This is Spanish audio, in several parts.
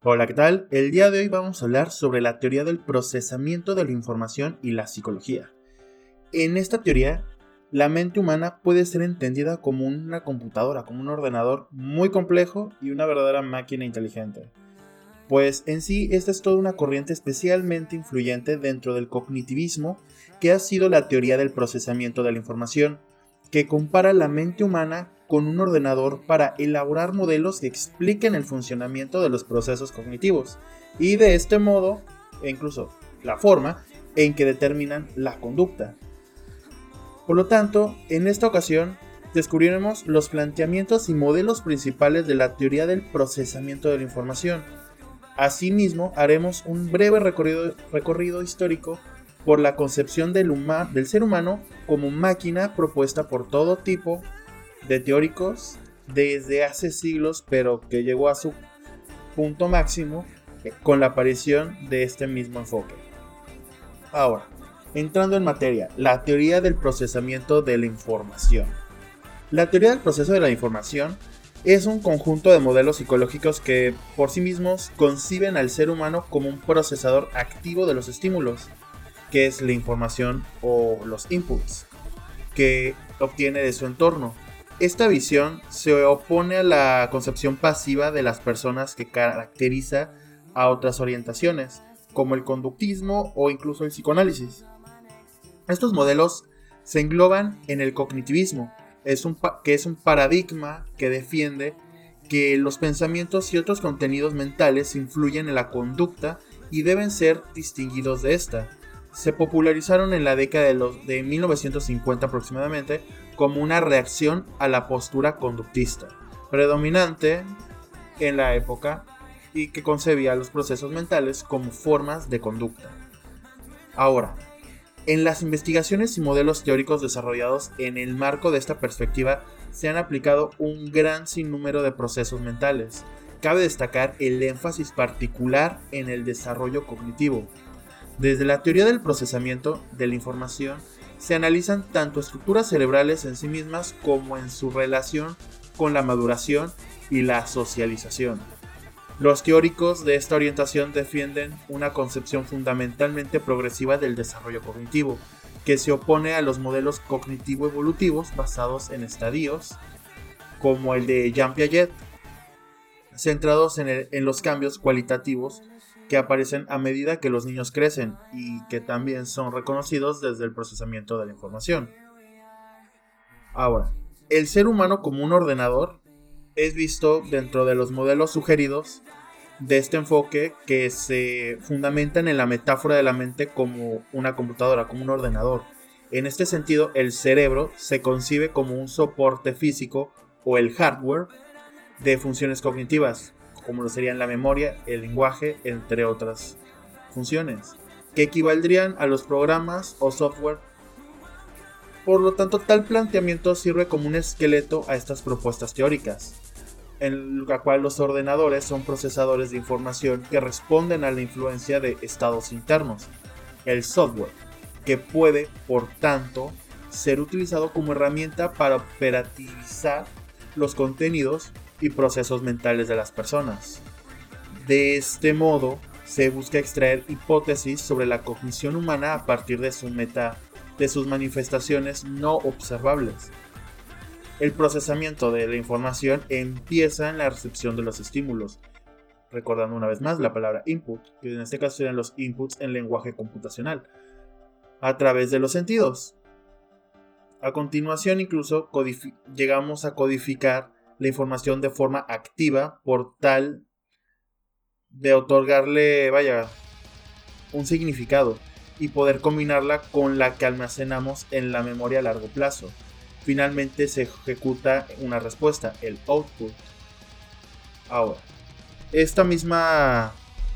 Hola, ¿qué tal? El día de hoy vamos a hablar sobre la teoría del procesamiento de la información y la psicología. En esta teoría, la mente humana puede ser entendida como una computadora, como un ordenador muy complejo y una verdadera máquina inteligente. Pues en sí, esta es toda una corriente especialmente influyente dentro del cognitivismo, que ha sido la teoría del procesamiento de la información, que compara la mente humana con un ordenador para elaborar modelos que expliquen el funcionamiento de los procesos cognitivos, y de este modo, e incluso la forma en que determinan la conducta. Por lo tanto, en esta ocasión, descubriremos los planteamientos y modelos principales de la teoría del procesamiento de la información. Asimismo, haremos un breve recorrido histórico por la concepción del ser humano como máquina propuesta por todo tipo de teóricos desde hace siglos, pero que llegó a su punto máximo con la aparición de este mismo enfoque. Ahora, entrando en materia, la teoría del procesamiento de la información. La teoría del proceso de la información es un conjunto de modelos psicológicos que por sí mismos conciben al ser humano como un procesador activo de los estímulos, que es la información o los inputs, que obtiene de su entorno. Esta visión se opone a la concepción pasiva de las personas que caracteriza a otras orientaciones, como el conductismo o incluso el psicoanálisis. Estos modelos se engloban en el cognitivismo, que es un paradigma que defiende que los pensamientos y otros contenidos mentales influyen en la conducta y deben ser distinguidos de esta. Se popularizaron en la década de 1950 aproximadamente como una reacción a la postura conductista, predominante en la época y que concebía los procesos mentales como formas de conducta. Ahora, en las investigaciones y modelos teóricos desarrollados en el marco de esta perspectiva se han aplicado un gran sinnúmero de procesos mentales. Cabe destacar el énfasis particular en el desarrollo cognitivo. Desde la teoría del procesamiento de la información se analizan tanto estructuras cerebrales en sí mismas como en su relación con la maduración y la socialización. Los teóricos de esta orientación defienden una concepción fundamentalmente progresiva del desarrollo cognitivo, que se opone a los modelos cognitivo-evolutivos basados en estadios, como el de Jean Piaget, centrados en los cambios cualitativos que aparecen a medida que los niños crecen y que también son reconocidos desde el procesamiento de la información. Ahora, el ser humano como un ordenador es visto dentro de los modelos sugeridos de este enfoque que se fundamentan en la metáfora de la mente como una computadora, como un ordenador. En este sentido, el cerebro se concibe como un soporte físico o el hardware de funciones cognitivas, como lo serían la memoria, el lenguaje, entre otras funciones, que equivaldrían a los programas o software. Por lo tanto, tal planteamiento sirve como un esqueleto a estas propuestas teóricas, en la cual los ordenadores son procesadores de información que responden a la influencia de estados internos, el software, que puede, por tanto, ser utilizado como herramienta para operativizar los contenidos y procesos mentales de las personas. De este modo, se busca extraer hipótesis sobre la cognición humana a partir de sus manifestaciones no observables. El procesamiento de la información empieza en la recepción de los estímulos, recordando una vez más la palabra input, que en este caso serían los inputs en lenguaje computacional, a través de los sentidos. A continuación incluso llegamos a codificar la información de forma activa por tal de otorgarle, un significado y poder combinarla con la que almacenamos en la memoria a largo plazo. Finalmente se ejecuta una respuesta, el output. Ahora, esta misma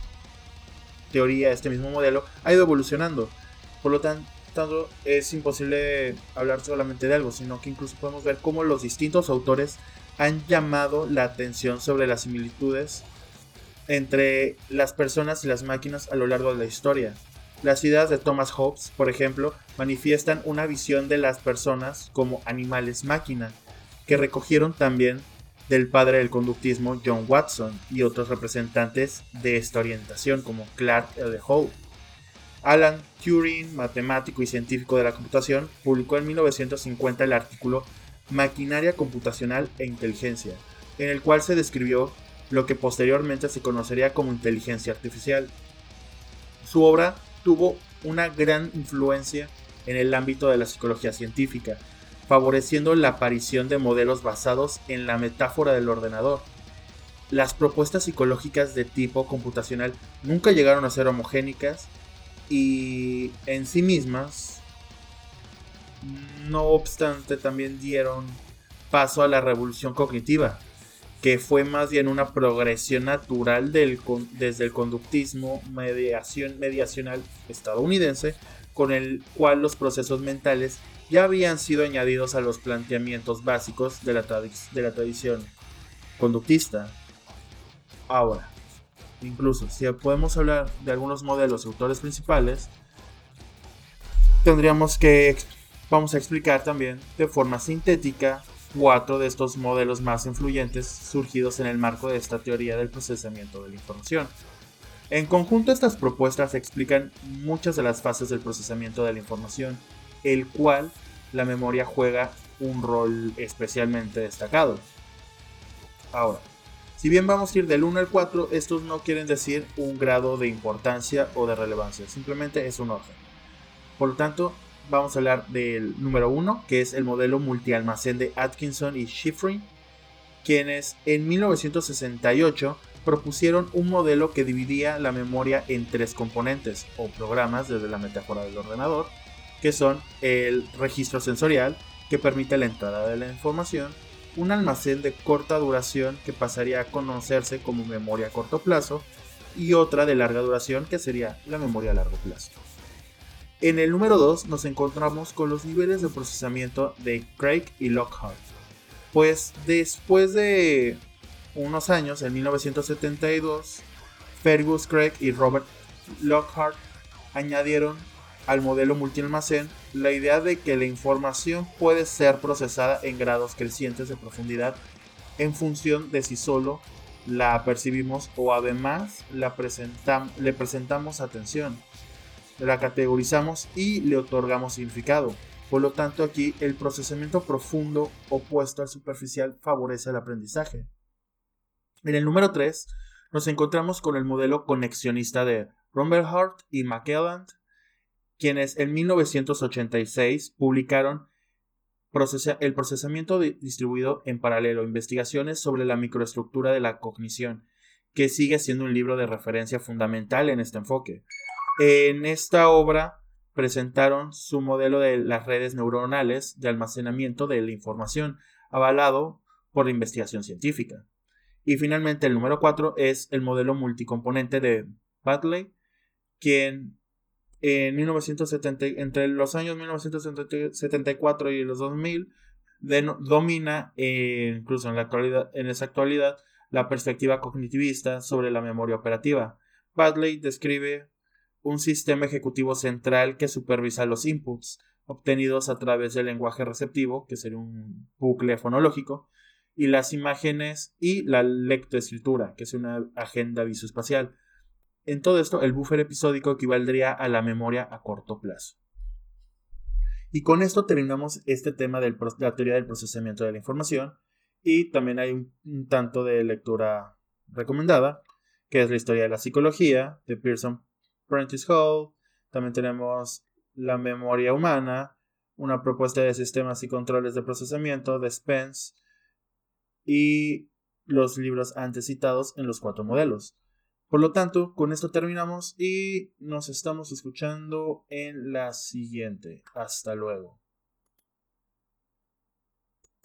teoría, este mismo modelo ha ido evolucionando. Por lo tanto, es imposible hablar solamente de algo, sino que incluso podemos ver cómo los distintos autores han llamado la atención sobre las similitudes entre las personas y las máquinas a lo largo de la historia. Las ideas de Thomas Hobbes, por ejemplo, manifiestan una visión de las personas como animales máquina, que recogieron también del padre del conductismo John Watson y otros representantes de esta orientación como Clark L. Hall. Alan Turing, matemático y científico de la computación, publicó en 1950 el artículo Maquinaria computacional e inteligencia, en el cual se describió lo que posteriormente se conocería como inteligencia artificial. Su obra tuvo una gran influencia en el ámbito de la psicología científica, favoreciendo la aparición de modelos basados en la metáfora del ordenador. Las propuestas psicológicas de tipo computacional nunca llegaron a ser homogéneas y en sí mismas, no obstante, también dieron paso a la revolución cognitiva, que fue más bien una progresión natural desde el conductismo mediacional estadounidense, con el cual los procesos mentales ya habían sido añadidos a los planteamientos básicos de la tradición conductista. Ahora, incluso si podemos hablar de algunos modelos y autores principales, vamos a explicar también de forma sintética 4 de estos modelos más influyentes surgidos en el marco de esta teoría del procesamiento de la información. En conjunto, estas propuestas explican muchas de las fases del procesamiento de la información, el cual la memoria juega un rol especialmente destacado. Ahora, si bien vamos a ir del 1 al 4, estos no quieren decir un grado de importancia o de relevancia, simplemente es un orden. Por lo tanto, vamos a hablar del número 1, que es el modelo multialmacén de Atkinson y Shiffrin, quienes en 1968 propusieron un modelo que dividía la memoria en 3 componentes o programas desde la metáfora del ordenador, que son el registro sensorial, que permite la entrada de la información, un almacén de corta duración que pasaría a conocerse como memoria a corto plazo, y otra de larga duración que sería la memoria a largo plazo. En el número 2 nos encontramos con los niveles de procesamiento de Craig y Lockhart, pues después de unos años, en 1972, Fergus Craig y Robert Lockhart añadieron al modelo multialmacén la idea de que la información puede ser procesada en grados crecientes de profundidad en función de si solo la percibimos o además le presentamos atención, la categorizamos y le otorgamos significado. Por lo tanto, aquí el procesamiento profundo opuesto al superficial favorece el aprendizaje. En el número 3 nos encontramos con el modelo conexionista de Rumelhart y McClelland, quienes en 1986 publicaron el procesamiento distribuido en paralelo, investigaciones sobre la microestructura de la cognición, que sigue siendo un libro de referencia fundamental en este enfoque. En esta obra presentaron su modelo de las redes neuronales de almacenamiento de la información, avalado por la investigación científica. Y finalmente el número 4 es el modelo multicomponente de Padley, quien entre los años 1974 y los 2000 domina, incluso en esa actualidad, la perspectiva cognitivista sobre la memoria operativa. Padley describe un sistema ejecutivo central que supervisa los inputs obtenidos a través del lenguaje receptivo, que sería un bucle fonológico, y las imágenes y la lectoescritura, que es una agenda visoespacial. En todo esto, el buffer episódico equivaldría a la memoria a corto plazo. Y con esto terminamos este tema de la teoría del procesamiento de la información, y también hay un tanto de lectura recomendada, que es la historia de la psicología, de Pearson Prentice Hall. También tenemos La memoria humana, una propuesta de sistemas y controles de procesamiento de Spence, y los libros antes citados en los 4 modelos. Por lo tanto, con esto terminamos y nos estamos escuchando en la siguiente. Hasta luego.